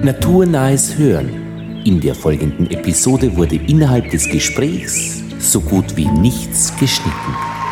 Naturnahes Hören. In der folgenden Episode wurde innerhalb des Gesprächs so gut wie nichts geschnitten.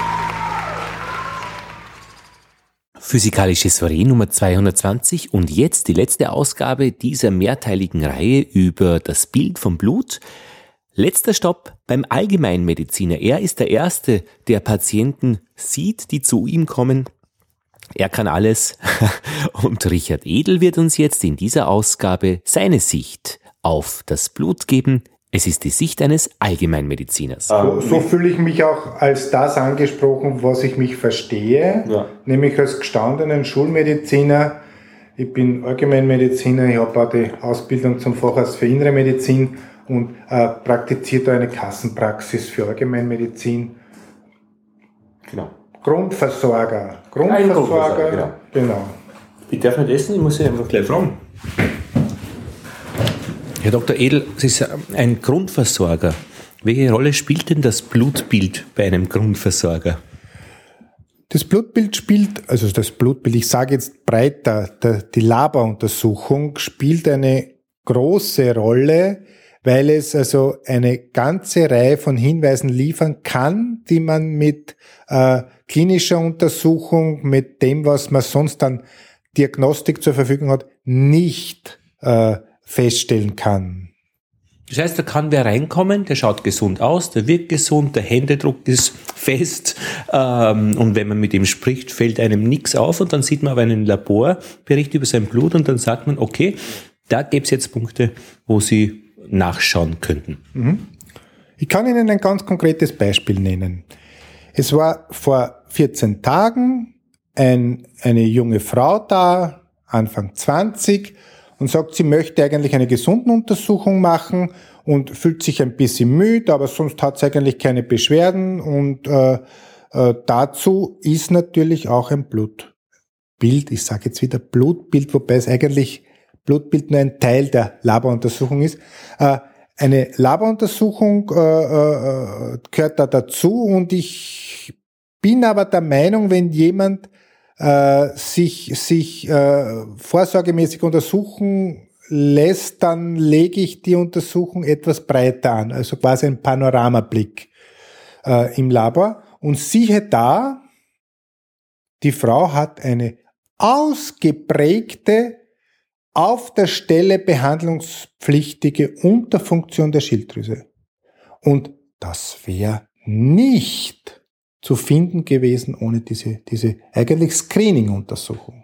Physikalische Soiree Nummer 220 und jetzt die letzte Ausgabe dieser mehrteiligen Reihe über das Bild vom Blut. Letzter Stopp beim Allgemeinmediziner. Er ist der Erste, der Patienten sieht, die zu ihm kommen. Er kann alles. Und Richard Edel wird uns jetzt in dieser Ausgabe seine Sicht auf das Blut geben. Es ist die Sicht eines Allgemeinmediziners. So fühle ich mich auch als das angesprochen, was ich mich verstehe, nämlich als gestandenen Schulmediziner. Ich bin Allgemeinmediziner, ich habe auch die Ausbildung zum Facharzt für Innere Medizin und praktiziere da eine Kassenpraxis für Allgemeinmedizin. Genau. Grundversorger, genau. Ich darf nicht essen, ich muss Sie einfach gleich fragen. Herr Dr. Edel, Sie sind ein Grundversorger. Welche Rolle spielt denn das Blutbild bei einem Grundversorger? Das Blutbild, ich sage jetzt breiter, die Laboruntersuchung spielt eine große Rolle, weil es also eine ganze Reihe von Hinweisen liefern kann, die man mit klinischer Untersuchung, mit dem, was man sonst an Diagnostik zur Verfügung hat, nicht feststellen kann. Das heißt, da kann wer reinkommen, der schaut gesund aus, der wirkt gesund, der Händedruck ist fest und wenn man mit ihm spricht, fällt einem nichts auf und dann sieht man aber einen Laborbericht über sein Blut und dann sagt man, okay, da gäbe es jetzt Punkte, wo Sie nachschauen könnten. Ich kann Ihnen ein ganz konkretes Beispiel nennen. Es war vor 14 Tagen eine junge Frau da, Anfang 20, und sagt, sie möchte eigentlich eine Gesundenuntersuchung machen und fühlt sich ein bisschen müde, aber sonst hat sie eigentlich keine Beschwerden und dazu ist natürlich auch ein Blutbild, ich sage jetzt wieder Blutbild, wobei es eigentlich Blutbild nur ein Teil der Laboruntersuchung ist. Eine Laboruntersuchung gehört da dazu und ich bin aber der Meinung, wenn jemand sich vorsorgemäßig untersuchen lässt, dann lege ich die Untersuchung etwas breiter an, also quasi ein Panoramablick im Labor. Und siehe da, die Frau hat eine ausgeprägte, auf der Stelle behandlungspflichtige Unterfunktion der Schilddrüse. Und das wäre nicht zu finden gewesen ohne diese eigentlich Screening-Untersuchung.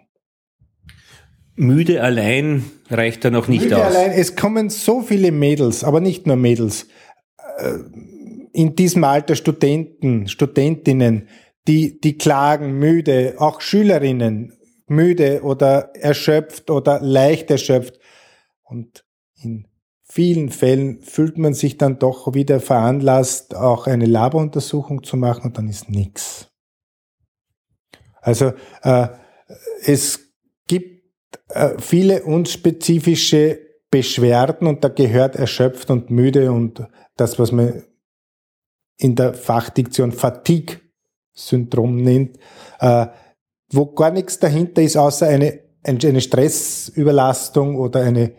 Müde allein reicht da noch nicht Müde aus. Allein, es kommen so viele Mädels, aber nicht nur Mädels, in diesem Alter Studentinnen, die klagen müde, auch Schülerinnen, müde oder erschöpft oder leicht erschöpft. Und in vielen Fällen fühlt man sich dann doch wieder veranlasst, auch eine Laboruntersuchung zu machen und dann ist nichts. Also es gibt viele unspezifische Beschwerden und da gehört erschöpft und müde und das, was man in der Fachdiktion Fatigue-Syndrom nennt, wo gar nichts dahinter ist, außer eine Stressüberlastung oder eine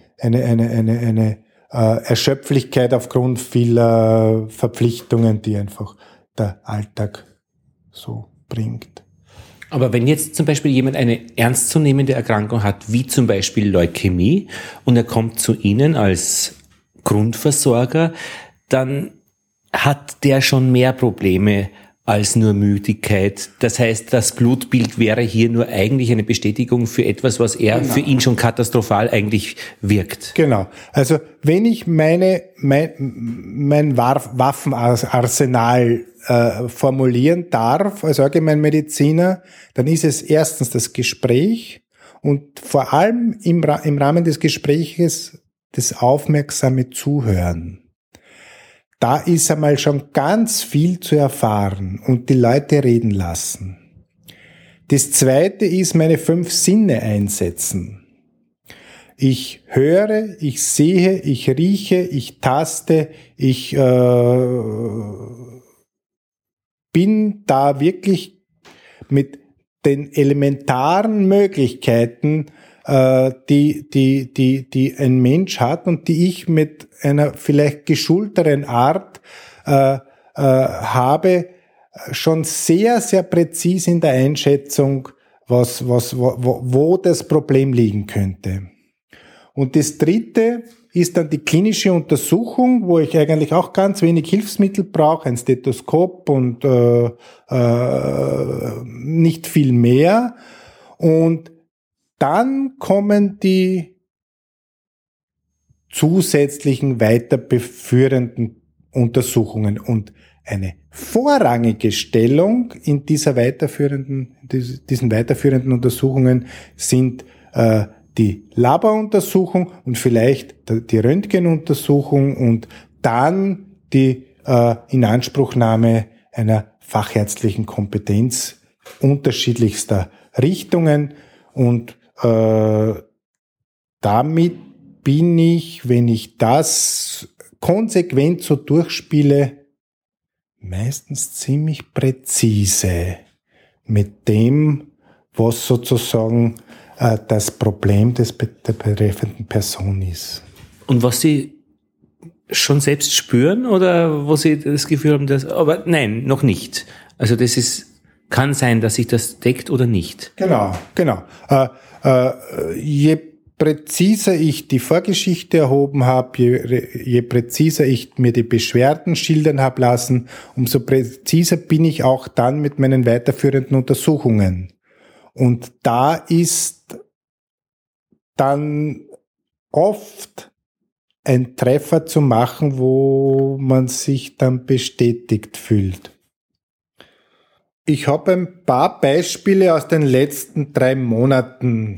Erschöpflichkeit aufgrund vieler Verpflichtungen, die einfach der Alltag so bringt. Aber wenn jetzt zum Beispiel jemand eine ernstzunehmende Erkrankung hat, wie zum Beispiel Leukämie, und er kommt zu Ihnen als Grundversorger, dann hat der schon mehr Probleme als nur Müdigkeit. Das heißt, das Blutbild wäre hier nur eigentlich eine Bestätigung für etwas, was für ihn schon katastrophal eigentlich wirkt. Genau. Also wenn ich mein Waffenarsenal formulieren darf als Allgemeinmediziner, dann ist es erstens das Gespräch und vor allem im Rahmen des Gespräches das aufmerksame Zuhören. Da ist einmal schon ganz viel zu erfahren und die Leute reden lassen. Das Zweite ist meine 5 Sinne einsetzen. Ich höre, ich sehe, ich rieche, ich taste, ich bin da wirklich mit den elementaren Möglichkeiten die ein Mensch hat und die ich mit einer vielleicht geschulteren Art habe, schon sehr, sehr präzise in der Einschätzung, wo das Problem liegen könnte. Und das Dritte ist dann die klinische Untersuchung, wo ich eigentlich auch ganz wenig Hilfsmittel brauche, ein Stethoskop und nicht viel mehr. Und dann kommen die zusätzlichen weiterführenden Untersuchungen. Und eine vorrangige Stellung in diesen weiterführenden Untersuchungen sind die Laboruntersuchung und vielleicht die Röntgenuntersuchung und dann die Inanspruchnahme einer fachärztlichen Kompetenz unterschiedlichster Richtungen. Und damit bin ich, wenn ich das konsequent so durchspiele, meistens ziemlich präzise mit dem, was sozusagen das Problem der betreffenden Person ist. Und was Sie schon selbst spüren oder wo Sie das Gefühl haben, dass, aber nein, noch nicht. Also kann sein, dass sich das deckt oder nicht. Genau. Je präziser ich die Vorgeschichte erhoben habe, je präziser ich mir die Beschwerden schildern habe lassen, umso präziser bin ich auch dann mit meinen weiterführenden Untersuchungen. Und da ist dann oft ein Treffer zu machen, wo man sich dann bestätigt fühlt. Ich habe ein paar Beispiele aus den letzten 3 Monaten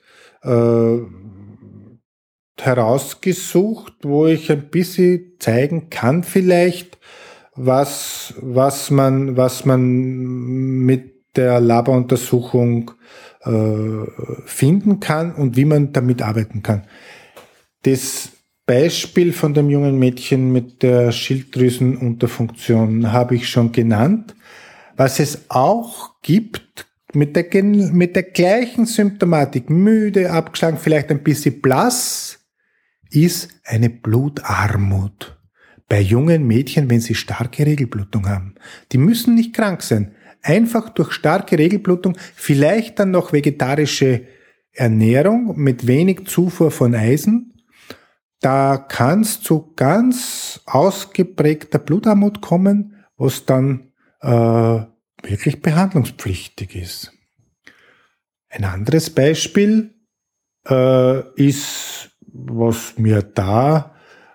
herausgesucht, wo ich ein bisschen zeigen kann vielleicht, was man mit der Laboruntersuchung finden kann und wie man damit arbeiten kann. Das Beispiel von dem jungen Mädchen mit der Schilddrüsenunterfunktion habe ich schon genannt. Was es auch gibt, mit der gleichen Symptomatik, müde, abgeschlagen, vielleicht ein bisschen blass, ist eine Blutarmut. Bei jungen Mädchen, wenn sie starke Regelblutung haben. Die müssen nicht krank sein. Einfach durch starke Regelblutung, vielleicht dann noch vegetarische Ernährung mit wenig Zufuhr von Eisen. Da kann es zu ganz ausgeprägter Blutarmut kommen, was dann wirklich behandlungspflichtig ist. Ein anderes Beispiel ist, was mir da,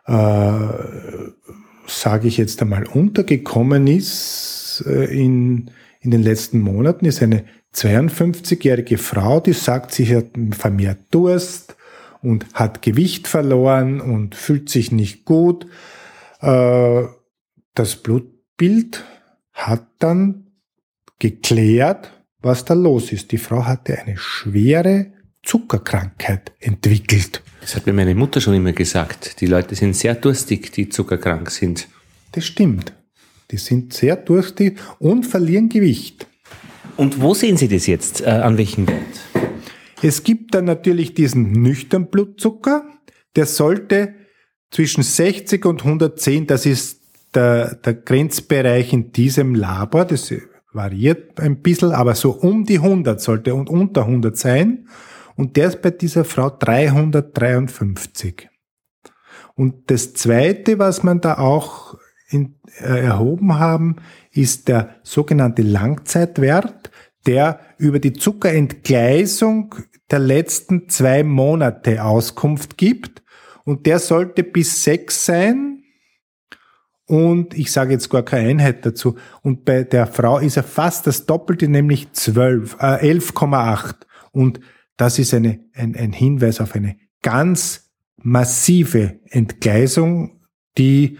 sage ich jetzt einmal, untergekommen ist in den letzten Monaten, ist eine 52-jährige Frau, die sagt, sie hat vermehrt Durst und hat Gewicht verloren und fühlt sich nicht gut. Das Blutbild hat dann geklärt, was da los ist. Die Frau hatte eine schwere Zuckerkrankheit entwickelt. Das hat mir meine Mutter schon immer gesagt. Die Leute sind sehr durstig, die zuckerkrank sind. Das stimmt. Die sind sehr durstig und verlieren Gewicht. Und wo sehen Sie das jetzt? An welchem Wert? Es gibt dann natürlich diesen nüchternen Blutzucker. Der sollte zwischen 60 und 110, das ist der Grenzbereich in diesem Labor, das variiert ein bisschen, aber so um die 100 sollte und unter 100 sein. Und der ist bei dieser Frau 353. Und das Zweite, was man da auch erhoben haben, ist der sogenannte Langzeitwert, der über die Zuckerentgleisung der letzten 2 Monate Auskunft gibt. Und der sollte bis 6 sein. Und ich sage jetzt gar keine Einheit dazu. Und bei der Frau ist er fast das Doppelte, nämlich 11,8. Und das ist ein Hinweis auf eine ganz massive Entgleisung, die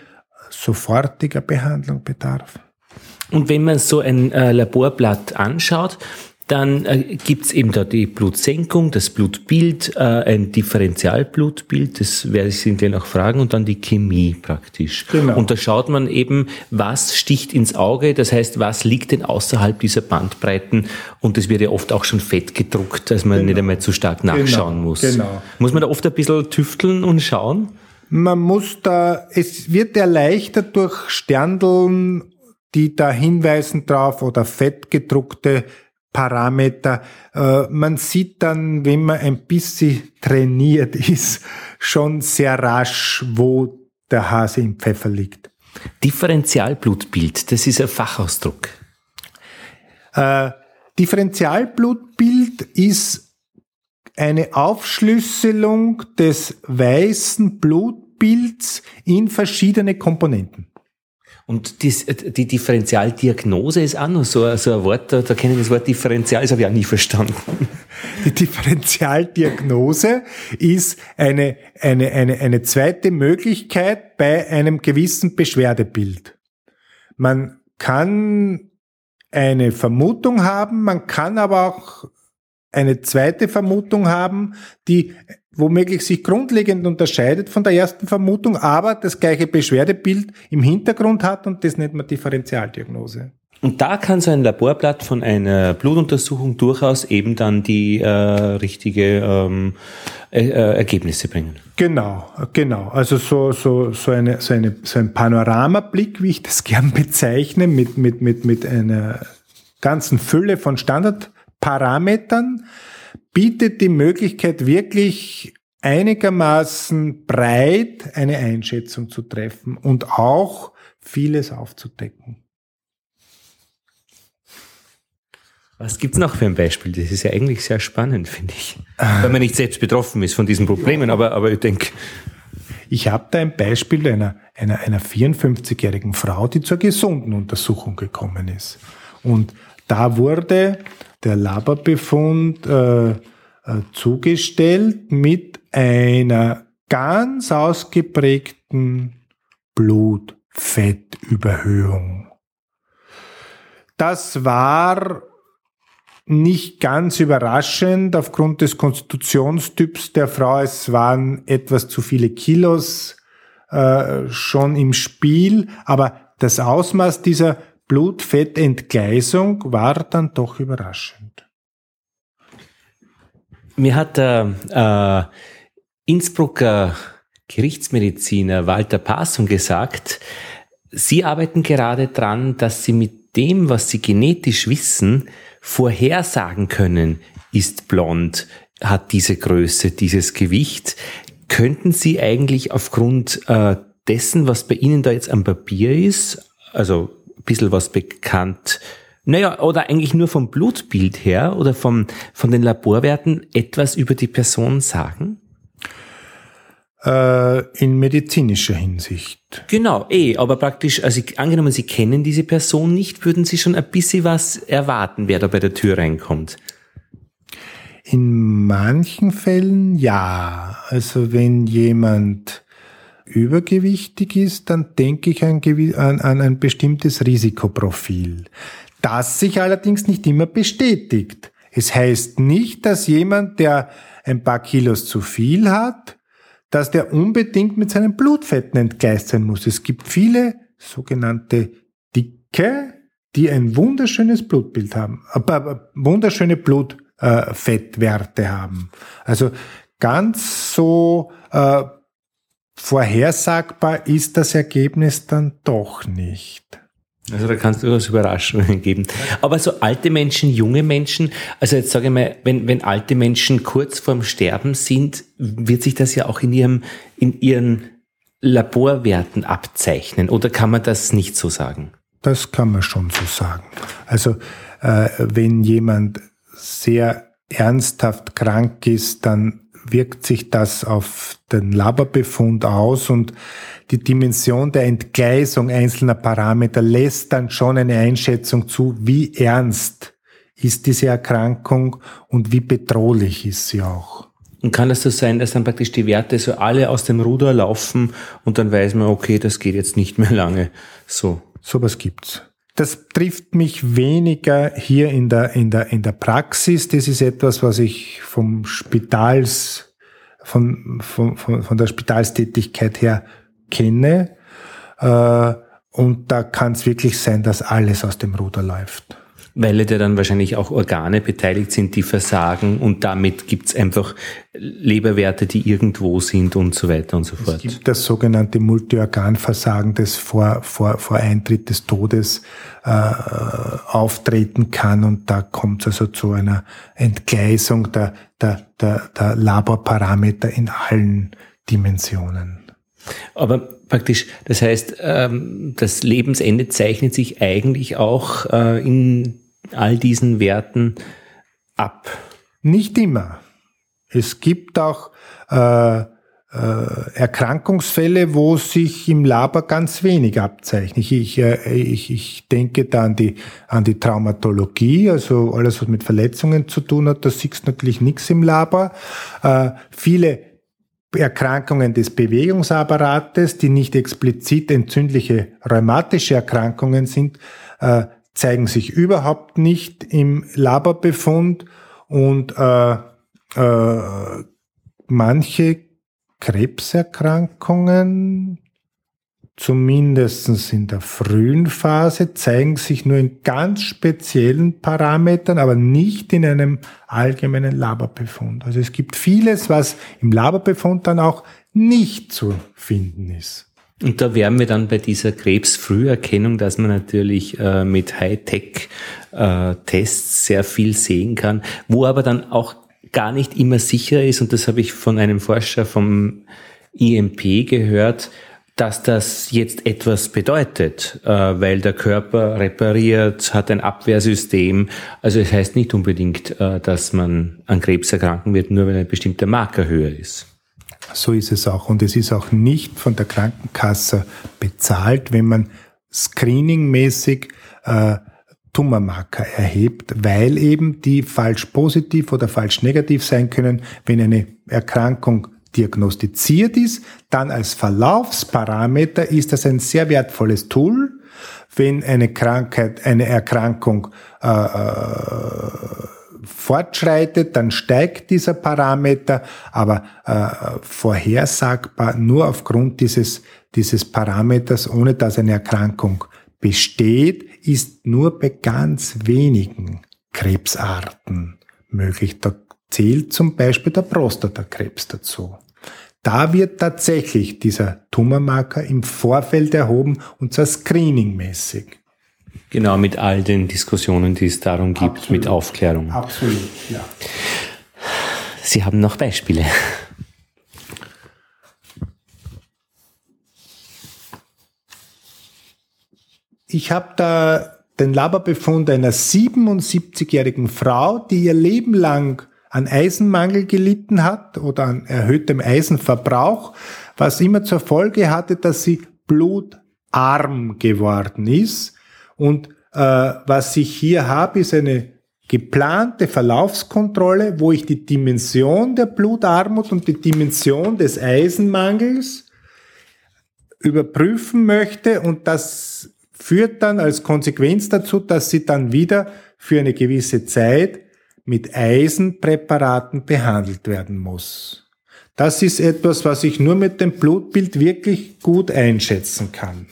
sofortiger Behandlung bedarf. Und wenn man so ein Laborblatt anschaut, Dann gibt's eben da die Blutsenkung, das Blutbild, ein Differentialblutbild, das werde ich Sie gleich noch fragen, und dann die Chemie praktisch. Genau. Und da schaut man eben, was sticht ins Auge, das heißt, was liegt denn außerhalb dieser Bandbreiten, und das wird ja oft auch schon fett gedruckt, dass man nicht einmal zu stark nachschauen muss. Genau. Muss man da oft ein bisschen tüfteln und schauen? Man muss es wird erleichtert durch Sterndeln, die da hinweisen drauf, oder fettgedruckte Parameter. Man sieht dann, wenn man ein bisschen trainiert ist, schon sehr rasch, wo der Hase im Pfeffer liegt. Differentialblutbild, das ist ein Fachausdruck. Differentialblutbild ist eine Aufschlüsselung des weißen Blutbilds in verschiedene Komponenten. Und die Differentialdiagnose ist auch noch so ein Wort, da kenne ich das Wort Differential, das habe ich auch nie verstanden. Die Differentialdiagnose ist eine zweite Möglichkeit bei einem gewissen Beschwerdebild. Man kann eine Vermutung haben, man kann aber auch eine zweite Vermutung haben, die womöglich sich grundlegend unterscheidet von der ersten Vermutung, aber das gleiche Beschwerdebild im Hintergrund hat, und das nennt man Differentialdiagnose. Und da kann so ein Laborblatt von einer Blutuntersuchung durchaus eben dann die richtige Ergebnisse bringen. Genau. Also so ein Panoramablick, wie ich das gern bezeichne, mit einer ganzen Fülle von Standardparametern, bietet die Möglichkeit, wirklich einigermaßen breit eine Einschätzung zu treffen und auch vieles aufzudecken. Was gibt's noch für ein Beispiel? Das ist ja eigentlich sehr spannend, finde ich. Weil man nicht selbst betroffen ist von diesen Problemen, aber ich denke... Ich habe da ein Beispiel einer 54-jährigen Frau, die zur gesunden Untersuchung gekommen ist. Und da wurde der Laborbefund zugestellt mit einer ganz ausgeprägten Blutfettüberhöhung. Das war nicht ganz überraschend aufgrund des Konstitutionstyps der Frau. Es waren etwas zu viele Kilos schon im Spiel, aber das Ausmaß dieser Blutfettentgleisung war dann doch überraschend. Mir hat der Innsbrucker Gerichtsmediziner Walter Paasung gesagt, Sie arbeiten gerade dran, dass Sie mit dem, was Sie genetisch wissen, vorhersagen können, ist blond, hat diese Größe, dieses Gewicht. Könnten Sie eigentlich aufgrund dessen, was bei Ihnen da jetzt am Papier ist, also ein bisschen was bekannt, oder eigentlich nur vom Blutbild her oder von den Laborwerten etwas über die Person sagen? In medizinischer Hinsicht. Genau, aber praktisch, also angenommen, Sie kennen diese Person nicht, würden Sie schon ein bisschen was erwarten, wer da bei der Tür reinkommt? In manchen Fällen ja. Also wenn jemand übergewichtig ist, dann denke ich an ein bestimmtes Risikoprofil, das sich allerdings nicht immer bestätigt. Es heißt nicht, dass jemand, der ein paar Kilos zu viel hat, dass der unbedingt mit seinen Blutfetten entgleist sein muss. Es gibt viele sogenannte Dicke, die ein wunderschönes Blutbild haben, wunderschöne Blutfettwerte haben. Also ganz so vorhersagbar ist das Ergebnis dann doch nicht. Also da kann es durchaus Überraschungen geben. Aber so alte Menschen, junge Menschen, also jetzt sage ich mal, wenn alte Menschen kurz vorm Sterben sind, wird sich das ja auch in ihren Laborwerten abzeichnen. Oder kann man das nicht so sagen? Das kann man schon so sagen. Also wenn jemand sehr ernsthaft krank ist, dann wirkt sich das auf den Laborbefund aus, und die Dimension der Entgleisung einzelner Parameter lässt dann schon eine Einschätzung zu, wie ernst ist diese Erkrankung und wie bedrohlich ist sie auch. Und kann das so sein, dass dann praktisch die Werte so alle aus dem Ruder laufen und dann weiß man, okay, das geht jetzt nicht mehr lange so? Sowas gibt's. Das trifft mich weniger hier in der Praxis. Das ist etwas, was ich von der Spitalstätigkeit her kenne. Und da kann es wirklich sein, dass alles aus dem Ruder läuft. Weil ja dann wahrscheinlich auch Organe beteiligt sind, die versagen und damit gibt's einfach Leberwerte, die irgendwo sind und so weiter und so fort. Es gibt das sogenannte Multiorganversagen, das vor Eintritt des Todes auftreten kann, und da kommt es also zu einer Entgleisung der Laborparameter in allen Dimensionen. Aber praktisch, das heißt, das Lebensende zeichnet sich eigentlich auch in all diesen Werten ab. Nicht immer. Es gibt auch Erkrankungsfälle, wo sich im Labor ganz wenig abzeichnet. Ich denke da an die Traumatologie, also alles, was mit Verletzungen zu tun hat, da siehst du natürlich nichts im Labor. Viele Erkrankungen des Bewegungsapparates, die nicht explizit entzündliche rheumatische Erkrankungen sind, zeigen sich überhaupt nicht im Laborbefund, und manche Krebserkrankungen, zumindest in der frühen Phase, zeigen sich nur in ganz speziellen Parametern, aber nicht in einem allgemeinen Laborbefund. Also es gibt vieles, was im Laborbefund dann auch nicht zu finden ist. Und da wären wir dann bei dieser Krebsfrüherkennung, dass man natürlich mit Hightech-Tests sehr viel sehen kann, wo aber dann auch gar nicht immer sicher ist, und das habe ich von einem Forscher vom IMP gehört, dass das jetzt etwas bedeutet, weil der Körper repariert, hat ein Abwehrsystem. Also es heißt nicht unbedingt, dass man an Krebs erkranken wird, nur weil ein bestimmter Marker höher ist. So ist es auch. Und es ist auch nicht von der Krankenkasse bezahlt, wenn man screeningmäßig Tumormarker erhebt, weil eben die falsch positiv oder falsch negativ sein können, wenn eine Erkrankung diagnostiziert ist, dann als Verlaufsparameter ist das ein sehr wertvolles Tool. Wenn eine Erkrankung fortschreitet, dann steigt dieser Parameter, aber vorhersagbar nur aufgrund dieses Parameters, ohne dass eine Erkrankung besteht, ist nur bei ganz wenigen Krebsarten möglich. Da zählt zum Beispiel der Prostatakrebs dazu. Da wird tatsächlich dieser Tumormarker im Vorfeld erhoben, und zwar screeningmäßig. Genau, mit all den Diskussionen, die es darum gibt, absolut, mit Aufklärung. Absolut, ja. Sie haben noch Beispiele. Ich habe da den Laborbefund einer 77-jährigen Frau, die ihr Leben lang an Eisenmangel gelitten hat oder an erhöhtem Eisenverbrauch, was immer zur Folge hatte, dass sie blutarm geworden ist. Und was ich hier habe, ist eine geplante Verlaufskontrolle, wo ich die Dimension der Blutarmut und die Dimension des Eisenmangels überprüfen möchte, und das führt dann als Konsequenz dazu, dass sie dann wieder für eine gewisse Zeit mit Eisenpräparaten behandelt werden muss. Das ist etwas, was ich nur mit dem Blutbild wirklich gut einschätzen kann.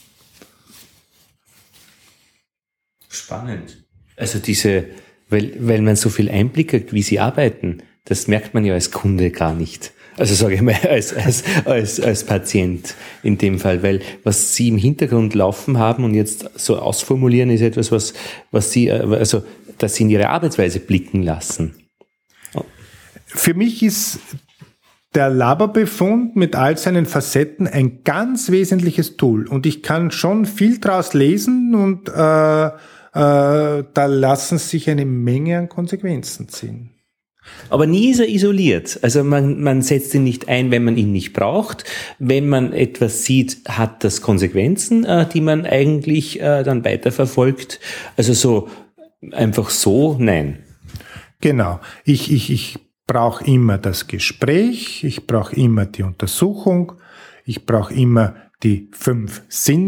Spannend. Also weil man so viel Einblick hat, wie Sie arbeiten, das merkt man ja als Kunde gar nicht. Also sage ich mal, als Patient in dem Fall, weil was Sie im Hintergrund laufen haben und jetzt so ausformulieren, ist etwas, was Sie, also dass Sie in Ihre Arbeitsweise blicken lassen. Für mich ist der Laborbefund mit all seinen Facetten ein ganz wesentliches Tool, und ich kann schon viel draus lesen, und da lassen sich eine Menge an Konsequenzen ziehen. Aber nie ist er isoliert. Also man setzt ihn nicht ein, wenn man ihn nicht braucht. Wenn man etwas sieht, hat das Konsequenzen, die man eigentlich dann weiterverfolgt. Also so einfach so, nein. Genau. Ich brauche immer das Gespräch, ich brauche immer die Untersuchung, ich brauche immer die 5 Sinne,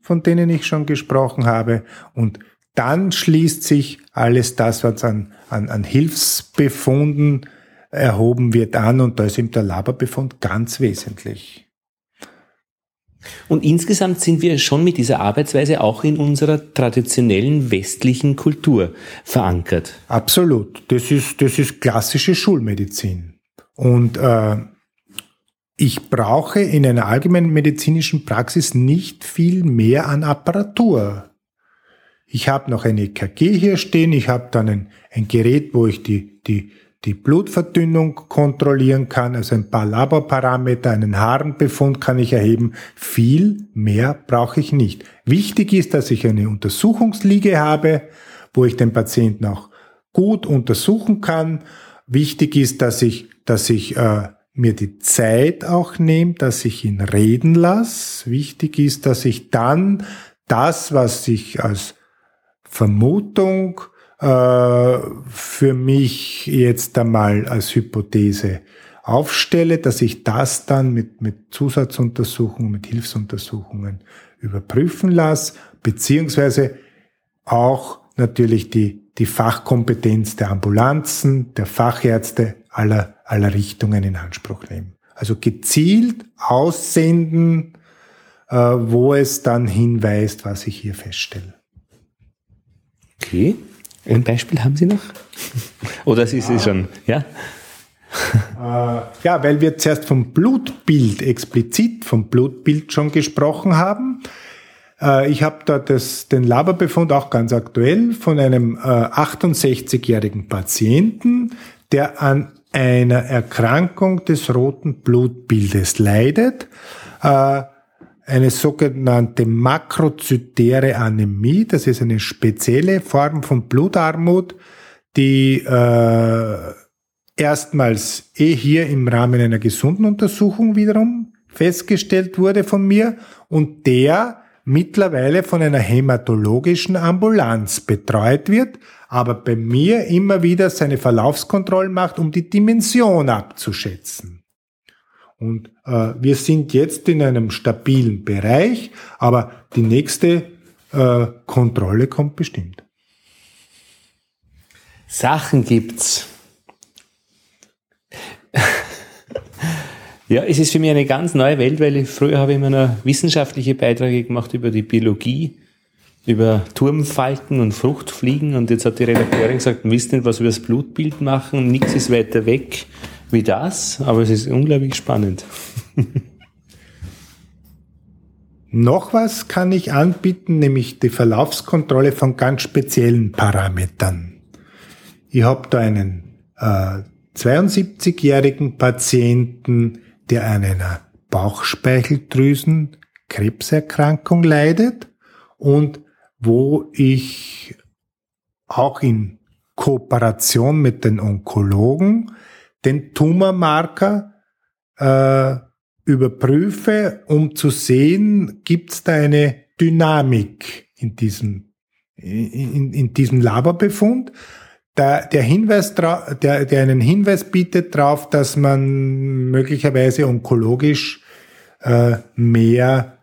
von denen ich schon gesprochen habe. Und dann schließt sich alles das, was an Hilfsbefunden erhoben wird, an. Und da ist eben der Laborbefund ganz wesentlich. Und insgesamt sind wir schon mit dieser Arbeitsweise auch in unserer traditionellen westlichen Kultur verankert. Absolut. Das ist klassische Schulmedizin. Und ich brauche in einer allgemeinen medizinischen Praxis nicht viel mehr an Apparatur. Ich habe noch ein EKG hier stehen, ich habe dann ein Gerät, wo ich die Blutverdünnung kontrollieren kann, also ein paar Laborparameter, einen Harnbefund kann ich erheben. Viel mehr brauche ich nicht. Wichtig ist, dass ich eine Untersuchungsliege habe, wo ich den Patienten auch gut untersuchen kann. Wichtig ist, dass ich mir die Zeit auch nehme, dass ich ihn reden lasse. Wichtig ist, dass ich dann das, was ich als Vermutung für mich jetzt einmal als Hypothese aufstelle, dass ich das dann mit Zusatzuntersuchungen, mit Hilfsuntersuchungen überprüfen lasse, beziehungsweise auch natürlich die Fachkompetenz der Ambulanzen, der Fachärzte aller Richtungen in Anspruch nehmen. Also gezielt aussenden, wo es dann hinweist, was ich hier feststelle. Okay. Ein Beispiel haben Sie noch? Oder ist es schon, ja? Ja, weil wir zuerst explizit vom Blutbild schon gesprochen haben. Ich habe da den Laborbefund auch ganz aktuell von einem 68-jährigen Patienten, der an einer Erkrankung des roten Blutbildes leidet. Eine sogenannte makrozytäre Anämie, das ist eine spezielle Form von Blutarmut, die erstmals hier im Rahmen einer gesunden Untersuchung wiederum festgestellt wurde von mir und der mittlerweile von einer hämatologischen Ambulanz betreut wird, aber bei mir immer wieder seine Verlaufskontrollen macht, um die Dimension abzuschätzen. Und wir sind jetzt in einem stabilen Bereich, aber die nächste Kontrolle kommt bestimmt. Sachen gibt's. Ja, es ist für mich eine ganz neue Welt, weil früher habe ich immer noch wissenschaftliche Beiträge gemacht über die Biologie, über Turmfalken und Fruchtfliegen und jetzt hat die Redakteurin gesagt, wir wissen nicht, was wir das Blutbild machen, nichts ist weiter weg wie das, aber es ist unglaublich spannend. Noch was kann ich anbieten, nämlich die Verlaufskontrolle von ganz speziellen Parametern. Ich habe da einen 72-jährigen Patienten, der an einer Bauchspeicheldrüsenkrebserkrankung leidet und wo ich auch in Kooperation mit den Onkologen den Tumormarker überprüfe, um zu sehen, gibt es da eine Dynamik in diesem Laborbefund. Der einen Hinweis bietet darauf, dass man möglicherweise onkologisch mehr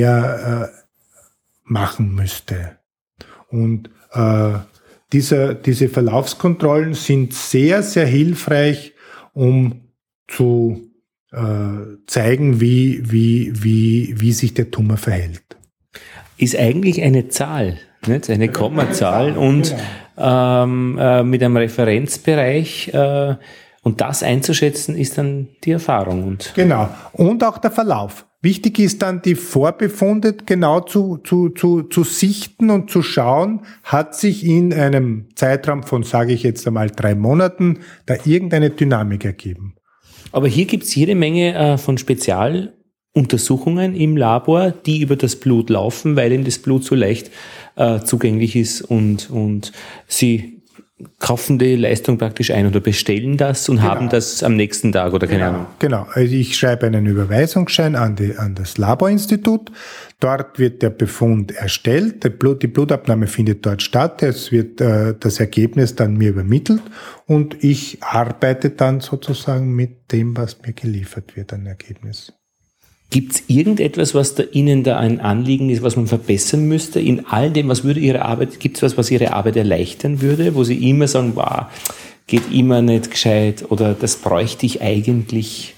machen müsste. Und diese Verlaufskontrollen sind sehr, sehr hilfreich, um zu zeigen, wie sich der Tumor verhält. Ist eigentlich eine Zahl, nicht? Eine Kommazahl und mit einem Referenzbereich und das einzuschätzen ist dann die Erfahrung. Und genau. Und auch der Verlauf. Wichtig ist dann, die Vorbefunde genau zu sichten und zu schauen, hat sich in einem Zeitraum von, sage ich jetzt einmal, 3 Monaten, da irgendeine Dynamik ergeben. Aber hier gibt's jede Menge von Spezialuntersuchungen im Labor, die über das Blut laufen, weil eben das Blut so leicht zugänglich ist und Sie kaufen die Leistung praktisch ein oder bestellen das und haben das am nächsten Tag oder keine Ahnung. Genau, also ich schreibe einen Überweisungsschein an das Laborinstitut. Dort wird der Befund erstellt, die Blutabnahme findet dort statt, es wird das Ergebnis dann mir übermittelt und ich arbeite dann sozusagen mit dem, was mir geliefert wird an Ergebnis. Gibt es irgendetwas, was da Ihnen da ein Anliegen ist, was man verbessern müsste? In all dem, was würde Ihre Arbeit, gibt es was Ihre Arbeit erleichtern würde, wo Sie immer sagen, wow, geht immer nicht gescheit oder das bräuchte ich eigentlich?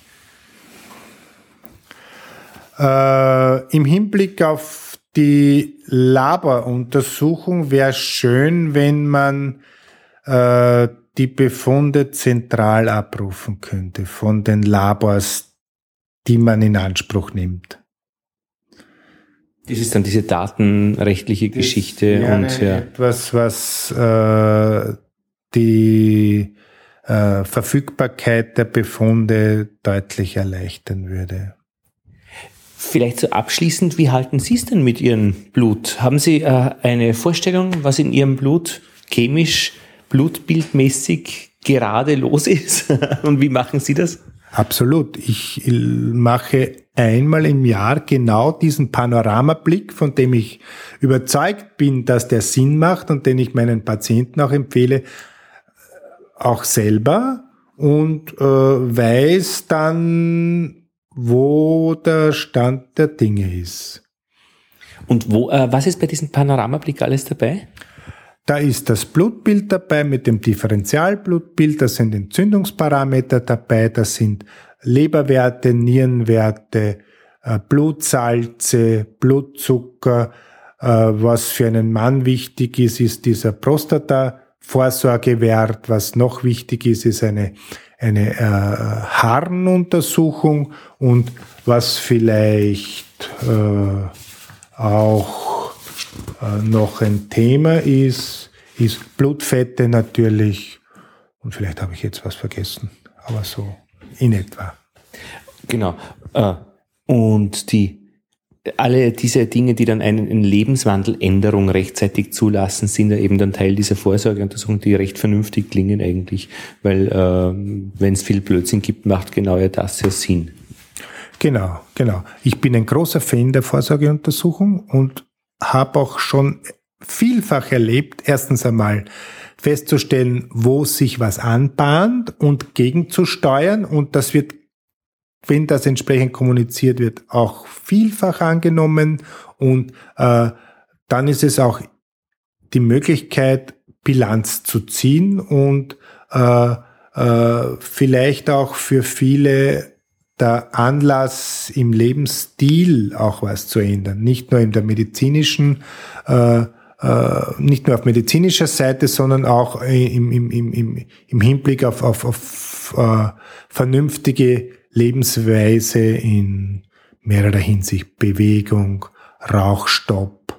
Im Hinblick auf die Laboruntersuchung wäre schön, wenn man die Befunde zentral abrufen könnte von den Labors, die man in Anspruch nimmt. Das ist dann diese datenrechtliche Geschichte. Und etwas, was die Verfügbarkeit der Befunde deutlich erleichtern würde. Vielleicht so abschließend, wie halten Sie es denn mit Ihrem Blut? Haben Sie eine Vorstellung, was in Ihrem Blut chemisch, blutbildmäßig gerade los ist? Und wie machen Sie das? Absolut. Ich mache einmal im Jahr genau diesen Panoramablick, von dem ich überzeugt bin, dass der Sinn macht und den ich meinen Patienten auch empfehle, auch selber und weiß dann, wo der Stand der Dinge ist. Und was ist bei diesem Panoramablick alles dabei? Da ist das Blutbild dabei mit dem Differentialblutbild, da sind Entzündungsparameter dabei, da sind Leberwerte, Nierenwerte, Blutsalze, Blutzucker. Was für einen Mann wichtig ist, ist dieser Prostata-Vorsorgewert. Was noch wichtig ist, ist eine Harnuntersuchung und was vielleicht auch noch ein Thema ist Blutfette natürlich und vielleicht habe ich jetzt was vergessen, aber so in etwa. Genau. Und alle diese Dinge, die dann eine Lebenswandeländerung rechtzeitig zulassen, sind ja eben dann Teil dieser Vorsorgeuntersuchung, die recht vernünftig klingen eigentlich, weil wenn es viel Blödsinn gibt, macht genau ja das ja Sinn. Genau. Ich bin ein großer Fan der Vorsorgeuntersuchung und habe auch schon vielfach erlebt, erstens einmal festzustellen, wo sich was anbahnt und gegenzusteuern und das wird, wenn das entsprechend kommuniziert wird, auch vielfach angenommen und dann ist es auch die Möglichkeit, Bilanz zu ziehen und vielleicht auch für viele der Anlass im Lebensstil auch was zu ändern. Nicht nur in der medizinischen, nicht nur auf medizinischer Seite, sondern auch im Hinblick auf vernünftige Lebensweise in mehrerer Hinsicht. Bewegung, Rauchstopp,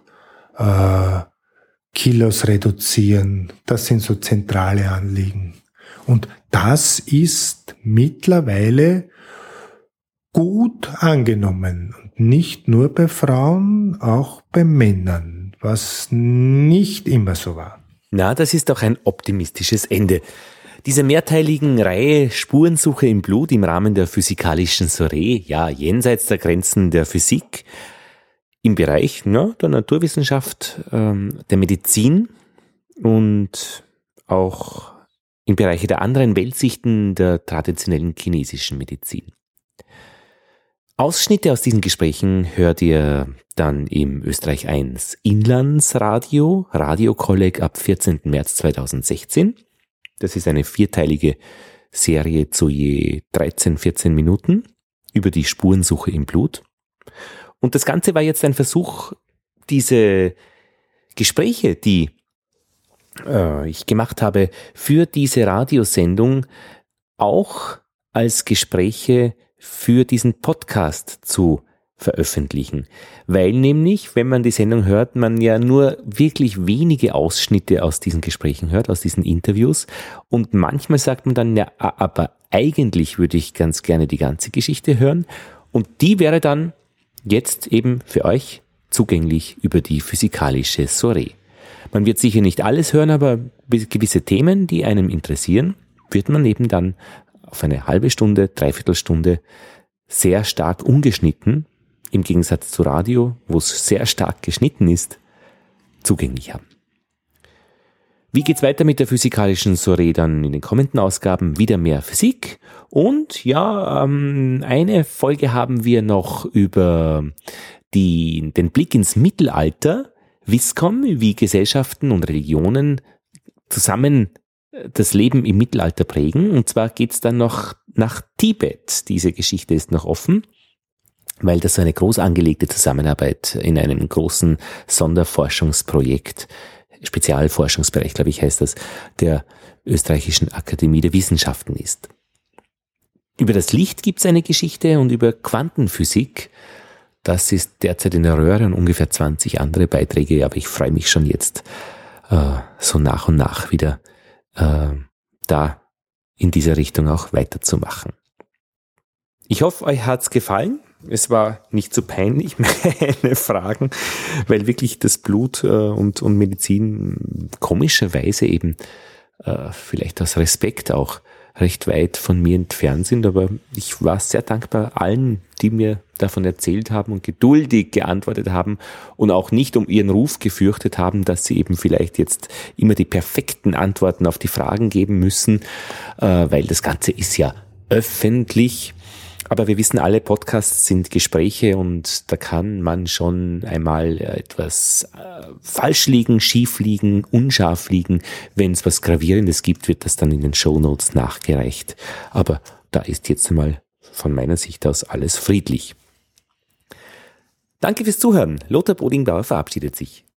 Kilos reduzieren. Das sind so zentrale Anliegen. Und das ist mittlerweile gut angenommen. Nicht nur bei Frauen, auch bei Männern, was nicht immer so war. Na, das ist doch ein optimistisches Ende. Dieser mehrteiligen Reihe Spurensuche im Blut im Rahmen der physikalischen Soiree, ja, jenseits der Grenzen der Physik, im Bereich der Naturwissenschaft, der Medizin und auch im Bereich der anderen Weltsichten der traditionellen chinesischen Medizin. Ausschnitte aus diesen Gesprächen hört ihr dann im Österreich 1 Inlandsradio, Radiokolleg ab 14. März 2016. Das ist eine 4-teilige Serie zu je 13, 14 Minuten über die Spurensuche im Blut. Und das Ganze war jetzt ein Versuch, diese Gespräche, die ich gemacht habe, für diese Radiosendung auch als Gespräche für diesen Podcast zu veröffentlichen. Weil nämlich, wenn man die Sendung hört, man ja nur wirklich wenige Ausschnitte aus diesen Gesprächen hört, aus diesen Interviews. Und manchmal sagt man dann, ja, aber eigentlich würde ich ganz gerne die ganze Geschichte hören. Und die wäre dann jetzt eben für euch zugänglich über die physikalische Soiree. Man wird sicher nicht alles hören, aber gewisse Themen, die einem interessieren, wird man eben dann auf eine halbe Stunde, Dreiviertelstunde sehr stark ungeschnitten, im Gegensatz zu Radio, wo es sehr stark geschnitten ist, zugänglich haben. Wie geht's weiter mit der physikalischen Soiree? Dann in den kommenden Ausgaben wieder mehr Physik. Und ja, eine Folge haben wir noch über den Blick ins Mittelalter, WISCOM, wie Gesellschaften und Religionen zusammen das Leben im Mittelalter prägen. Und zwar geht's dann noch nach Tibet. Diese Geschichte ist noch offen, weil das so eine groß angelegte Zusammenarbeit in einem großen Sonderforschungsprojekt, Spezialforschungsbereich, glaube ich, heißt das, der Österreichischen Akademie der Wissenschaften ist. Über das Licht gibt es eine Geschichte und über Quantenphysik, das ist derzeit in der Röhre und ungefähr 20 andere Beiträge, aber ich freue mich schon jetzt, so nach und nach wieder da in dieser Richtung auch weiterzumachen. Ich hoffe, euch hat's gefallen. Es war nicht so peinlich, meine Fragen, weil wirklich das Blut und Medizin komischerweise eben vielleicht aus Respekt auch recht weit von mir entfernt sind. Aber ich war sehr dankbar allen, die mir davon erzählt haben und geduldig geantwortet haben und auch nicht um ihren Ruf gefürchtet haben, dass sie eben vielleicht jetzt immer die perfekten Antworten auf die Fragen geben müssen, weil das Ganze ist ja öffentlich. Aber wir wissen alle, Podcasts sind Gespräche und da kann man schon einmal etwas falsch liegen, schief liegen, unscharf liegen. Wenn es was Gravierendes gibt, wird das dann in den Shownotes nachgereicht. Aber da ist jetzt einmal von meiner Sicht aus alles friedlich. Danke fürs Zuhören. Lothar Bodingbauer verabschiedet sich.